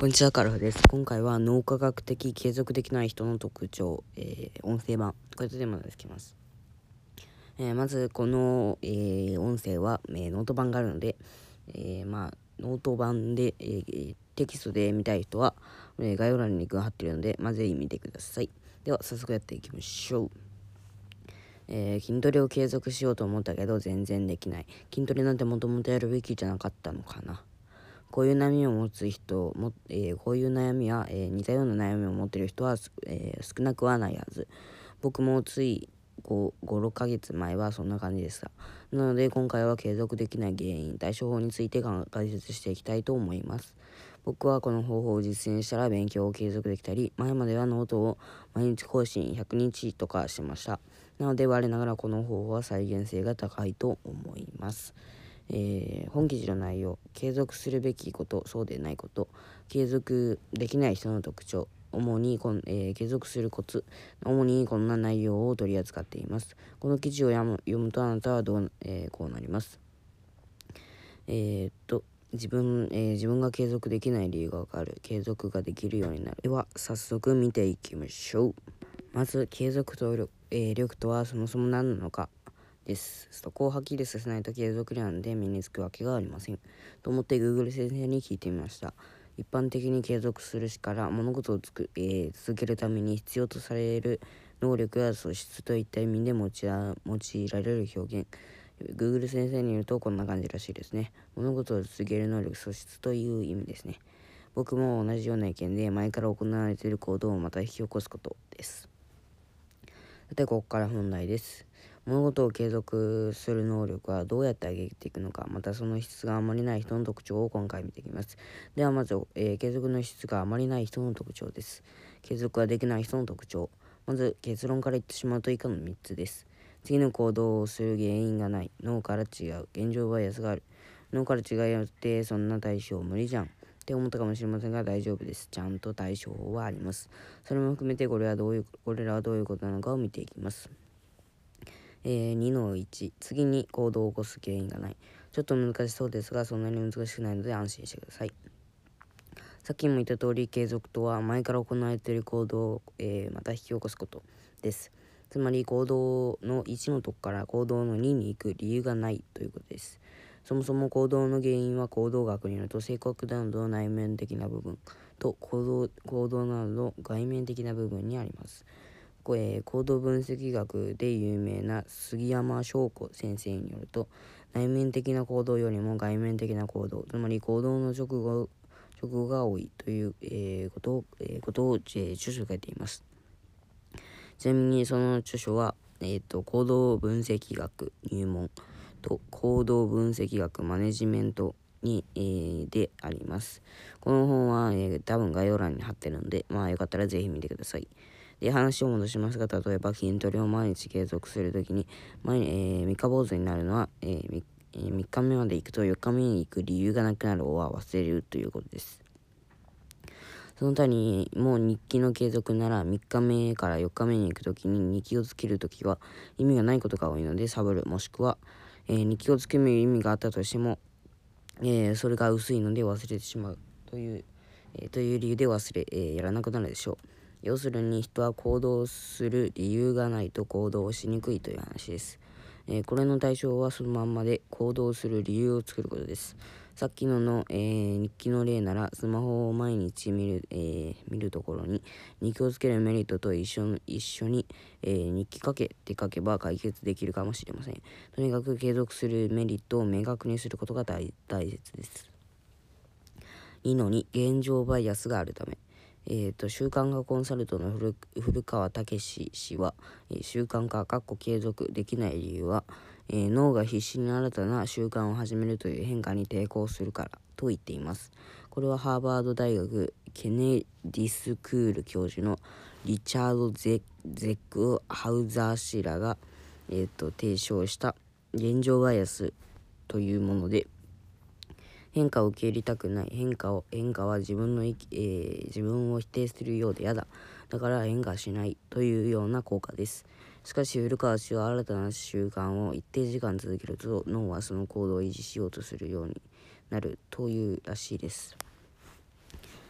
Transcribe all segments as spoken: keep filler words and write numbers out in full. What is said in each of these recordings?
こんにちは、カルフです。今回は脳科学的継続できない人の特徴、えー、音声版、こういったテーマできます。えー、まず、この、えー、音声は、えー、ノート版があるので、えー、まあ、ノート版で、えー、テキストで見たい人は、えー、概要欄にリンクが貼っているので、まあ、ぜひ見てください。では、早速やっていきましょう。えー、筋トレを継続しようと思ったけど、全然できない。筋トレなんてもともとやるべきじゃなかったのかな。こういう悩みを持つ人も、えー、こういう悩みや、えー、似たような悩みを持っている人は、えー、少なくはないはず。僕もついご、ろっかげつまえはそんな感じでした。なので今回は継続できない原因、対処法について解説していきたいと思います。僕はこの方法を実践したら勉強を継続できたり、前まではノートを毎日更新ひゃくにちとかしてました。なので我ながらこの方法は再現性が高いと思います。えー、本記事の内容、継続するべきこと、そうでないこと、継続できない人の特徴、主にこん、えー、継続するコツ、主にこんな内容を取り扱っています。この記事を読む読むとあなたはどう、えー、こうなります。えー、っと自分、えー、自分が継続できない理由がわかる。継続ができるようになる。では早速見ていきましょう。まず継続と力、えー、力とはそもそも何なのかです。そこをはっきりさせないと継続なんで身につくわけがありません。と思って Google 先生に聞いてみました。一般的に継続するしから物事をつく、えー、続けるために必要とされる能力や素質といった意味で用い用いられる表現。Google 先生によるとこんな感じらしいですね。物事を続ける能力、素質という意味ですね。僕も同じような意見で前から行われている行動をまた引き起こすことです。さてここから本題です。物事を継続する能力はどうやって上げていくのか、またその質があまりない人の特徴を今回見ていきます。ではまず、えー、継続の質があまりない人の特徴です。継続ができない人の特徴。まず結論から言ってしまうと以下のみっつです。次の行動をする原因がない。脳から違う。現状バイアスがある。脳から違いよってそんな対象無理じゃんって思ったかもしれませんが大丈夫です。ちゃんと対処法はあります。それも含めてこれはどういうこれらはどういうことなのかを見ていきます。えー、にのいち、次に行動を起こす原因がない。ちょっと難しそうですがそんなに難しくないので安心してください。さっきも言った通り継続とは前から行われている行動を、えー、また引き起こすことです。つまり行動のいちのとこから行動のにに行く理由がないということです。そもそも行動の原因は行動学によると性格などの内面的な部分と行動行動などの外面的な部分にあります。えー、行動分析学で有名な杉山翔子先生によると内面的な行動よりも外面的な行動、つまり行動の直後直後が多いという、えー、ことを、えー、ことを、えー、著書が書いています。ちなみにその著書は、えー、と行動分析学入門と行動分析学マネジメントに、えー、であります。この本は、えー、多分概要欄に貼ってるので、まあよかったらぜひ見てください。で話を戻しますが、例えば筋トレを毎日継続するときに毎、えー、三日坊主になるのは、えー 3, えー、みっかめまで行くとよっかめに行く理由がなくなるをは忘れるということです。その他にも日記の継続ならみっかめからよっかめに行くときに日記をつけるときは意味がないことが多いのでサボる、もしくは、えー、日記をつける意味があったとしても、えー、それが薄いので忘れてしまうという、えー、という理由で忘れ、えー、やらなくなるでしょう。要するに人は行動する理由がないと行動しにくいという話です。えー、これの対象はそのまんまで行動する理由を作ることです。さっきのの、えー、日記の例ならスマホを毎日見る、えー、見るところに日記をつけるメリットと一緒一緒に、えー、日記書けって書けば解決できるかもしれません。とにかく継続するメリットを明確にすることが 大, 大切です。にのに現状バイアスがあるため。えー、と習慣化コンサルトの古古川武氏は、えー、習慣化かっこ継続できない理由は、えー、脳が必死に新たな習慣を始めるという変化に抵抗するからと言っています。これはハーバード大学ケネディスクール教授のリチャード・ゼゼックハウザー氏らが、えー、と提唱した現状バイアスというもので、変化を受け入れたくない。変化を変化は自分の、えー、自分を否定するようで嫌だ。だから変化しないというような効果です。しかし古川氏は新たな習慣を一定時間続けると脳はその行動を維持しようとするようになるというらしいです。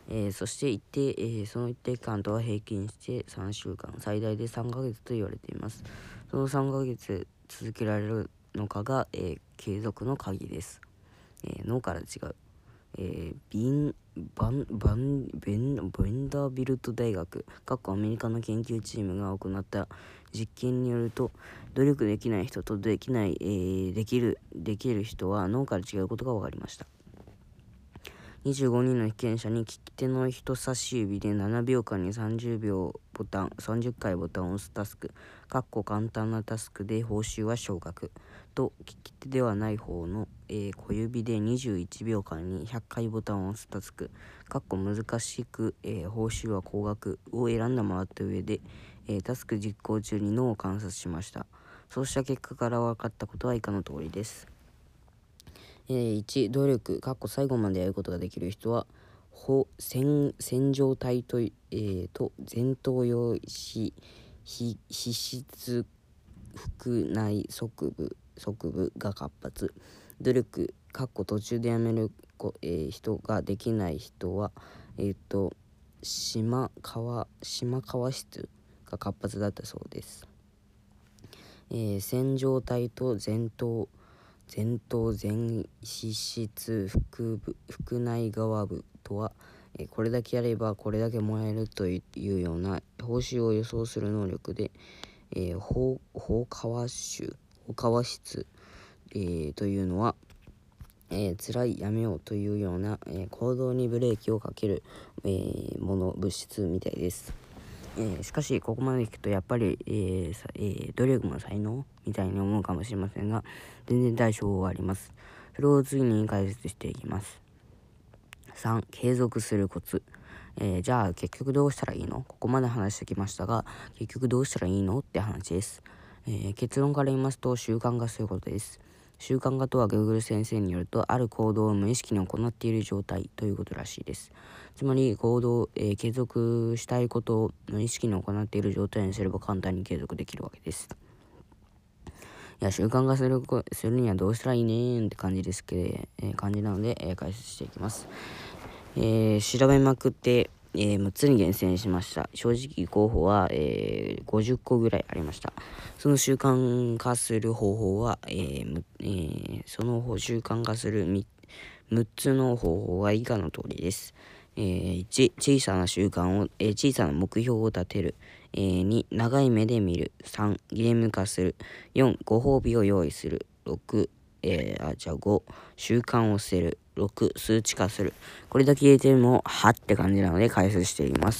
えー、そして一定、えー、その一定期間とは平均してさんしゅうかん、最大でさんかげつと言われています。そのさんかげつ続けられるのかが、えー、継続の鍵です。えー、脳から違う。えー、ビンバンバンベンベンダービルト大学アメリカの研究チームが行った実験によると、努力できない人とできない、えー、できるできる人は脳から違うことが分かりました。にじゅうごにんの被験者に利き手の人差し指でななびょうかんにさんじゅうびょうボタンさんじゅっかいボタンを押すタスク簡単なタスクで報酬は少額と、利き手ではない方の、えー、小指でにじゅういちびょうかんにひゃっかいボタンを押すタスク難しく、えー、報酬は高額を選んでもらった上で、えー、タスク実行中に脳を観察しました。そうした結果から分かったことは以下の通りです。えー、いち、努力最後までやることができる人は線状体と、えー、と前頭葉皮質腹内側部側部が活発。努力途中でやめる、えー、人ができない人はえっ、ー、と島川島川質が活発だったそうです。えー、線状体と前頭前頭前脂質腹部腹内側部とは、えー、これだけやればこれだけもらえるというような報酬を予想する能力で、えー、放川臭放川質、えー、というのは、えー、辛いやめようというような、えー、行動にブレーキをかける、えー、もの物質みたいです。えー、しかしここまで聞くとやっぱり、えーえー、努力も才能みたいに思うかもしれませんが、全然対処法はあります。それを次に解説していきます。さん、継続するコツ。えー、じゃあ結局どうしたらいいの？ここまで話してきましたが、結局どうしたらいいのって話です。えー、結論から言いますと、習慣化することです。習慣化とは Google 先生によると、ある行動を無意識に行っている状態ということらしいです。つまり行動、えー、継続したいことを無意識に行っている状態にすれば簡単に継続できるわけです。いや、習慣化するするにはどうしたらいいねーって感じですけど、えー、感じなので、えー、解説していきます。えー、調べまくって、えー、むっつに厳選しました。正直候補は、えー、ごじゅっこぐらいありました。その習慣化する方法は、えーえー、その習慣化する 3, むっつの方法は以下の通りです。えー、いち、小さな習慣を、えー、小さな目標を立てる。えー、に、長い目で見る。さん、ゲーム化する。よん、ご褒美を用意する。ろく、えー、あ、じゃあご、習慣を捨てる。ろく、数値化する。これだけ入れても、はって感じなので解説しています。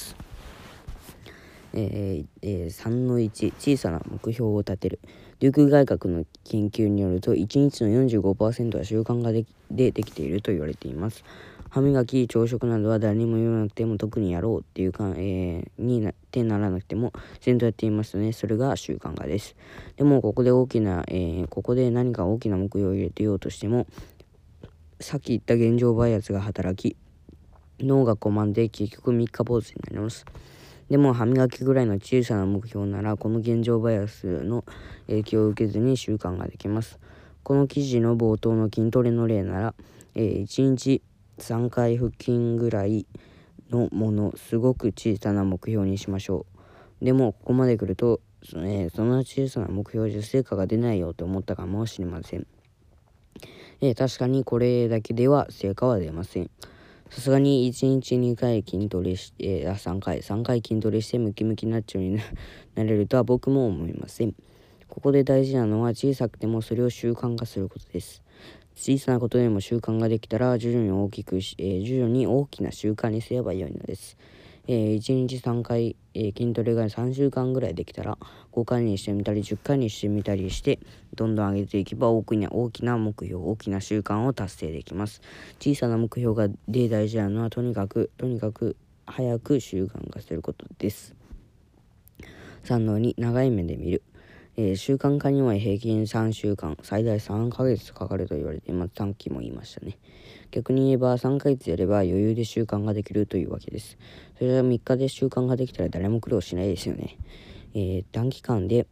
えーえー、さんのいち、小さな目標を立てる。デューク外学の研究によると、いちにちの よんじゅうごパーセント は習慣ができでできていると言われています。歯磨き、朝食などは誰にも言わなくても特にやろうっていうか、えー、になってならなくても自然とやっていますとね、それが習慣化です。でもここで大きな、えー、ここで何か大きな目標を入れてようとしても、さっき言った現状バイアスが働き、脳が困って結局三日坊主になります。でも歯磨きぐらいの小さな目標なら、この現状バイアスの影響を受けずに習慣ができます。この記事の冒頭の筋トレの例なら、えー、いちにちさんかい腹筋ぐらいのもの、すごく小さな目標にしましょう。でもここまで来ると、その、えー、その小さな目標じゃ成果が出ないよと思ったかもしれません。えー、確かにこれだけでは成果は出ません。さすがにいちにちにかい筋トレして、えー、さんかい、さんかい筋トレしてムキムキナッチョになれるとは僕も思いません。ここで大事なのは小さくてもそれを習慣化することです。小さなことでも習慣ができたら徐々に大きくし、えー、徐々に大きな習慣にすればよいのです。えー、いちにちさんかい、えー、筋トレがさんしゅうかんぐらいできたらごかいにしてみたりじゅっかいにしてみたりしてどんどん上げていけば大きな大きな目標大きな習慣を達成できます。小さな目標がで大事なのはとにかくとにかく早く習慣化することです。さんのに長い目で見る。えー、習慣化には平均さんしゅうかん、最大さんかげつかかると言われています。さっきも言いましたね。逆に言えばさんかげつやれば余裕で習慣ができるというわけです。それはみっかで習慣ができたら誰も苦労しないですよね。えー、短期間で、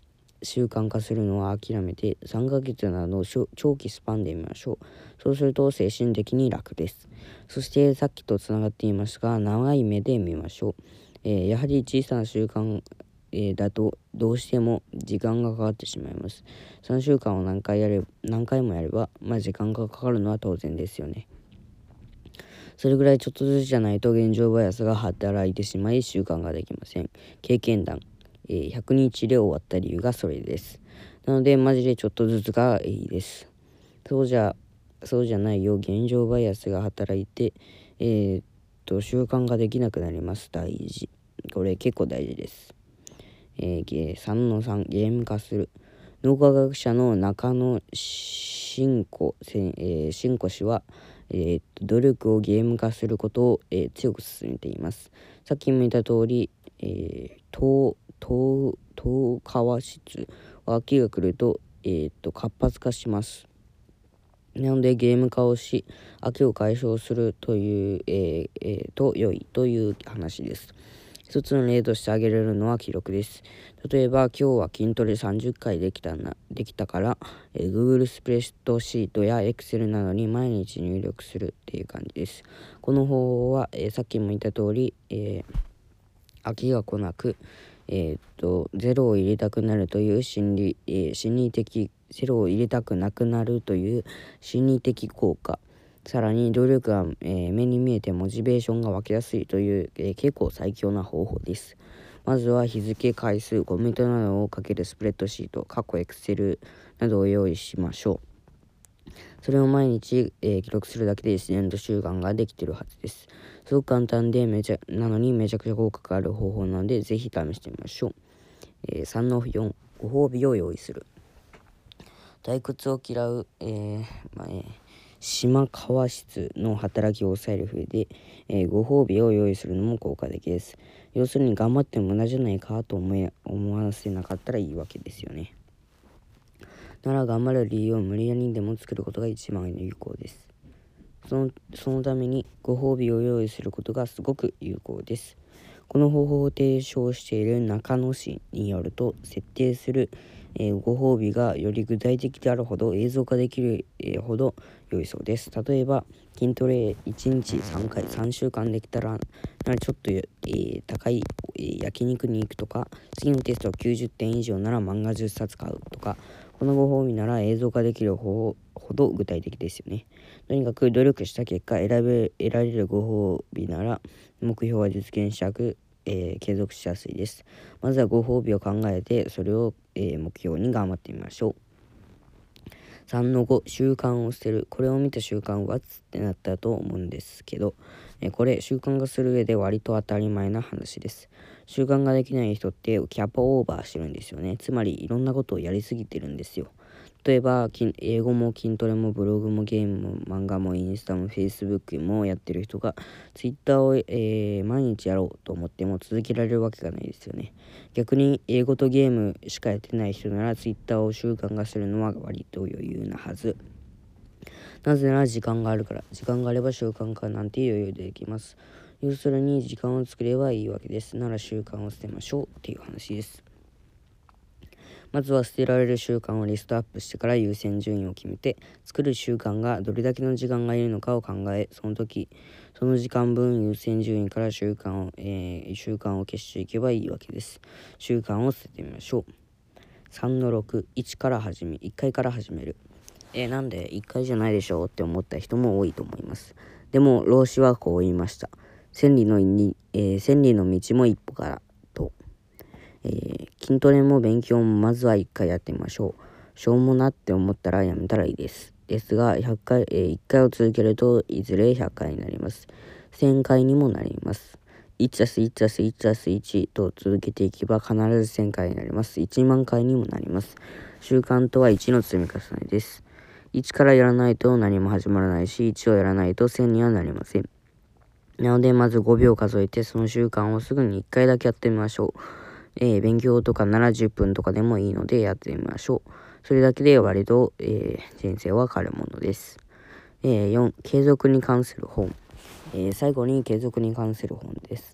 習慣化するのは諦めてさんかげつなどの長期スパンで見ましょう。そうすると精神的に楽です。そしてさっきとつながっていますが、長い目で見ましょう。えー、やはり小さな習慣、えー、だとどうしても時間がかかってしまいます。さんしゅうかんを何回やれ何回もやれば、まあ、時間がかかるのは当然ですよね。それぐらいちょっとずつじゃないと現状バイアスが働いてしまい習慣ができません。経験談、えー、ひゃくにちで終わった理由がそれです。なのでマジでちょっとずつがいいです。そうじゃそうじゃないよ、現状バイアスが働いて、えー、っと習慣ができなくなります。大事。これ結構大事です。えー、さんのさん、ゲーム化する。脳科学者の中野真子、えー、真子氏は、えー、努力をゲーム化することを、えー、強く進めています。さっきも言った通り、えー、糖糖糖化質は秋が来ると、えー、と活発化します。なのでゲーム化をし飽きを解消するという、えーえー、と良いという話です。一つの例として挙げられるのは記録です。例えば今日は筋トレさんじゅっかいできたなできたから、えー、Google スプレッドシートや Excel などに毎日入力するっていう感じです。この方法は、えー、さっきも言った通り、えー、飽きが来なく、えー、っとゼロを入れたくなるという心理、えー、心理的ゼロを入れたくなくなるという心理的効果、さらに努力が、えー、目に見えてモチベーションが湧きやすいという、えー、結構最強な方法です。まずは日付、回数、コメントなどをかけるスプレッドシート、過去エクセルなどを用意しましょう。それを毎日、えー、記録するだけで自然と習慣ができているはずです。すごく簡単でめちゃなのにめちゃくちゃ効果がある方法なので、ぜひ試してみましょう。えー、さんのよん、ご褒美を用意する。退屈を嫌う、えーまあえー、島川質の働きを抑える風で、えー、ご褒美を用意するのも効果的です。要するに頑張っても無駄じゃないかと思え思わせなかったらいいわけですよね。なら頑張る理由を無理やりにでも作ることが一番有効です。そのそのためにご褒美を用意することがすごく有効です。この方法を提唱している中野氏によると、設定する、えー、ご褒美がより具体的であるほど映像化できる、えー、ほど良いそうです。例えば筋トレいちにちさんかいさんしゅうかんできたら、ならちょっと、えー、高い、えー、焼肉に行くとか、次のテストきゅうじゅってん以上なら漫画じゅっさつ買うとか、このご褒美なら映像化できる方ほど具体的ですよね。とにかく努力した結果選べ得られるご褒美なら目標は実現したく、えー、継続しやすいです。まずはご褒美を考えてそれを、えー、目標に頑張ってみましょう。さんのご、習慣を捨てる。これを見た習慣はつってなったと思うんですけど、えー、これ習慣化する上で割と当たり前な話です。習慣ができない人ってキャパオーバーしてるんですよね。つまりいろんなことをやりすぎてるんですよ。例えば英語も筋トレもブログもゲームも漫画もインスタもフェイスブックもやってる人がツイッターを、えー、毎日やろうと思っても続けられるわけがないですよね。逆に英語とゲームしかやってない人ならツイッターを習慣化するのは割と余裕なはず。なぜなら時間があるから。時間があれば習慣化なんて余裕でできます。要するに時間を作ればいいわけです。なら習慣を捨てましょうっていう話です。まずは捨てられる習慣をリストアップしてから優先順位を決めて、作る習慣がどれだけの時間がいるのかを考え、その時その時間分優先順位から習慣を、えー、習慣を消していけばいいわけです。習慣を捨ててみましょう。さんのろく、いちから始めいっかいから始める。えー、なんでいっかいじゃないでしょうって思った人も多いと思います。でも老子はこう言いました。千里のに、えー、千里の道も一歩からと。えー、筋トレも勉強もまずはいっかいやってみましょう。しょうもなって思ったらやめたらいいです。ですがひゃっかい、えー、いっかいを続けるといずれひゃっかいになります。せんかいにもなります。いちたすいちたすいちたすいち と続けていけば必ずせんかいになります。いちまんかいにもなります。習慣とはいちの積み重ねです。いちからやらないと何も始まらないし、いちをやらないとせんにはなりません。なのでまずごびょう数えてその習慣をすぐにいっかいだけやってみましょう。えー、勉強とかならじゅっぷんとかでもいいのでやってみましょう。それだけで割と、えー、人生は変わるものです。えー、よん、継続に関する本、えー、最後に継続に関する本です。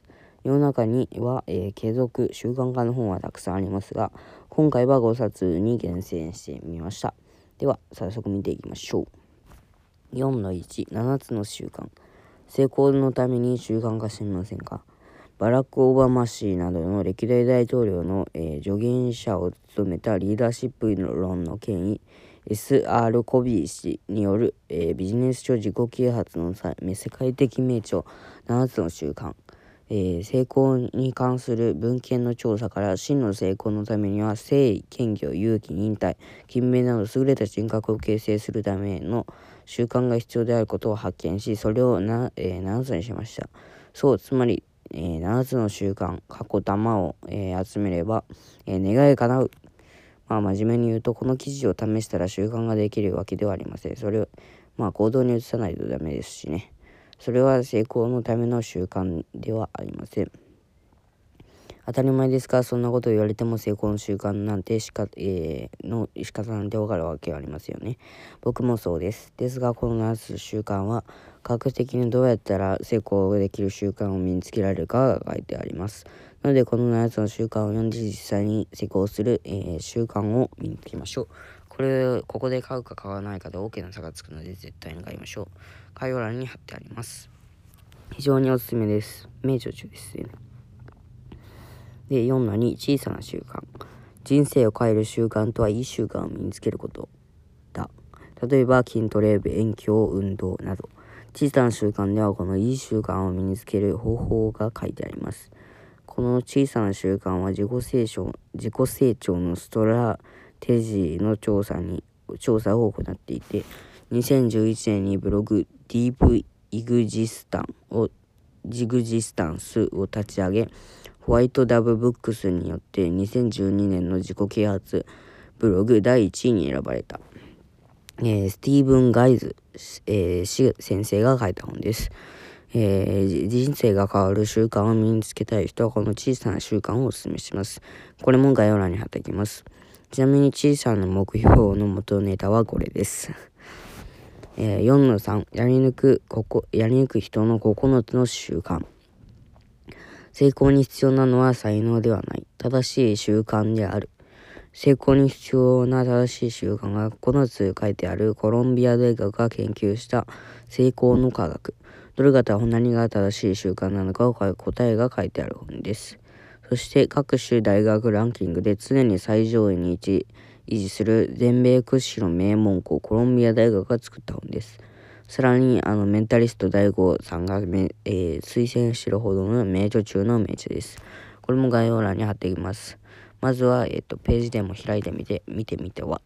世の中には、えー、継続習慣化の本はたくさんありますが、今回はごさつに厳選してみました。では早速見ていきましょう。よんのいち、ななつの習慣。成功のために習慣化してみませんか。バラク・オバマ氏などの歴代大統領の、えー、助言者を務めたリーダーシップ論の権威 エスアール コビー氏による、えー、ビジネス書自己啓発の際世界的名著ななつの習慣、えー、成功に関する文献の調査から真の成功のためには誠意、謙虚、勇気、忍耐、勤勉など優れた人格を形成するための習慣が必要であることを発見し、それをな、えー、ななつにしました。そう、つまりえー、ななつの習慣、過去玉を、えー、集めれば、えー、願い叶う。まあ真面目に言うと、この記事を試したら習慣ができるわけではありません。それを、まあ行動に移さないとダメですしね。それは成功のための習慣ではありません。当たり前ですが、そんなことを言われても成功の習慣なんてしか、えー、の仕方なんてわかるわけはありますよね。僕もそうです。ですが、このななつの習慣は、科学的にどうやったら成功できる習慣を身につけられるかが書いてあります。なので、このななつの習慣を読んで実際に成功する、えー、習慣を身につけましょう。これ、ここで買うか買わないかで大きな差がつくので、絶対に買いましょう。概要欄に貼ってあります。非常におすすめです。名著中ですね。で、よんのに、小さな習慣。人生を変える習慣とはいい習慣を身につけることだ。例えば、筋トレ、勉強、運動など。小さな習慣ではこのいい習慣を身につける方法が書いてあります。この小さな習慣は自己成長、自己成長のストラテジーの調査に、調査を行っていて、にせんじゅういちねんにブログディープイグジスタンを、ジグジスタンスを立ち上げ、ホワイトダブブックスによってにせんじゅうにねんの自己啓発ブログだいいちいに選ばれた、えー、スティーブン・ガイズ、えー、先生が書いた本です。えー、人生が変わる習慣を身につけたい人はこの小さな習慣をお勧めします。これも概要欄に貼っておきます。ちなみに小さな目標の元ネタはこれです。えー、よんのさん、やり抜くここやり抜く人のここのつの習慣。成功に必要なのは才能ではない、正しい習慣である。成功に必要な正しい習慣がここのつ書いてあるコロンビア大学が研究した成功の科学。どれが何が正しい習慣なのかを答えが書いてある本です。そして各種大学ランキングで常に最上位に位置維持する全米屈指の名門校コロンビア大学が作った本です。さらにあのメンタリスト大悟さんが、えー、推薦しているほどの名著中の名著です。これも概要欄に貼っていきます。まずは、えーと、ページでも開いてみて見てみては。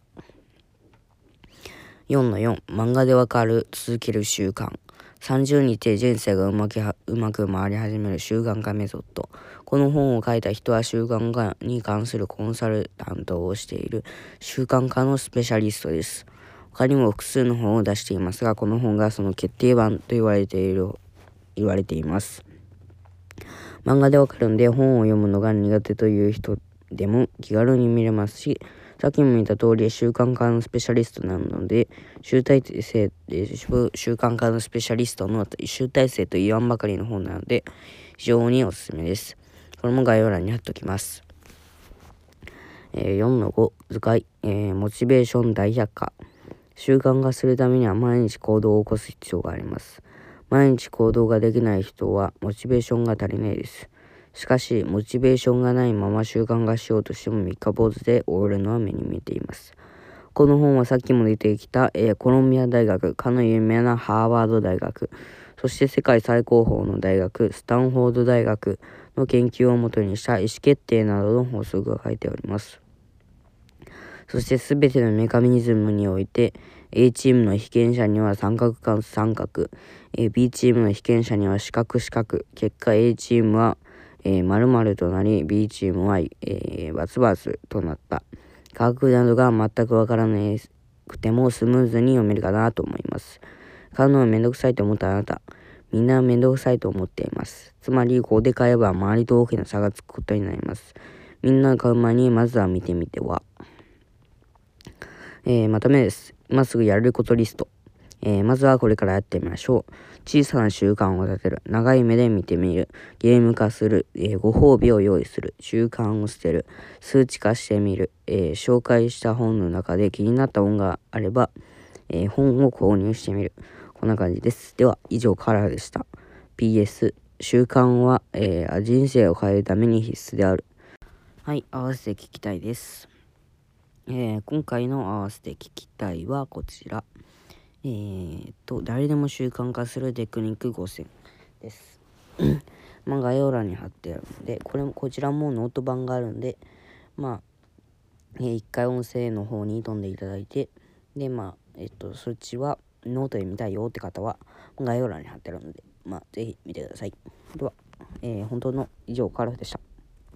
よんのよん、漫画でわかる続ける習慣。さんじゅうにちで人生がうまくうまく回り始める習慣化メソッド。この本を書いた人は習慣化に関するコンサルタントをしている習慣化のスペシャリストです。他にも複数の本を出していますが、この本がその決定版と言われている言われています。漫画でわかるんで本を読むのが苦手という人でも気軽に見れますし、さっきも言った通り習慣化のスペシャリストなので、集大成習慣化のスペシャリストの集大成と言わんばかりの本なので非常におすすめです。これも概要欄に貼っておきます。えー、よんのご、図解、えー、モチベーション大百科。習慣化するためには毎日行動を起こす必要があります。毎日行動ができない人はモチベーションが足りないです。しかし、モチベーションがないまま習慣化しようとしても三日坊主で終わるのは目に見えています。この本はさっきも出てきた、えー、コロンビア大学、かの有名なハーバード大学、そして世界最高峰の大学、スタンフォード大学の研究をもとにした意思決定などの法則が書いております。そしてすべてのメカニズムにおいて A チームの被験者には三角関数三角、えー、B チームの被験者には四角四角、結果 A チームは、えー、〇〇となり B チームは、えー、バツバツとなった。科学などが全くわからなくてもスムーズに読めるかなと思います。買うのはめんどくさいと思ったあなた、みんなめんどくさいと思っています。つまりここで買えば周りと大きな差がつくことになります。みんな買う前にまずは見てみては。えー、まとめです。今すぐやれることリスト。 えー、まずはこれからやってみましょう。小さな習慣を立てる。長い目で見てみる。ゲーム化する。えー、ご褒美を用意する。習慣を捨てる。数値化してみる。えー、紹介した本の中で気になった本があれば、えー、本を購入してみる。こんな感じです。では、以上カラーでした。ピーエス 習慣は、えー、人生を変えるために必須である。はい、合わせて聞きたいです。えー、今回の合わせて聞きたいはこちら。えー、と、誰でも習慣化するテクニックごせんです。まあ、概要欄に貼ってあるので、これも、こちらもノート版があるんで、まあ、えー、一回音声の方に飛んでいただいて、で、まあ、えっと、そっちはノートで見たいよって方は、概要欄に貼ってあるので、まあ、ぜひ見てください。では、えー、本当の以上、カラフでした。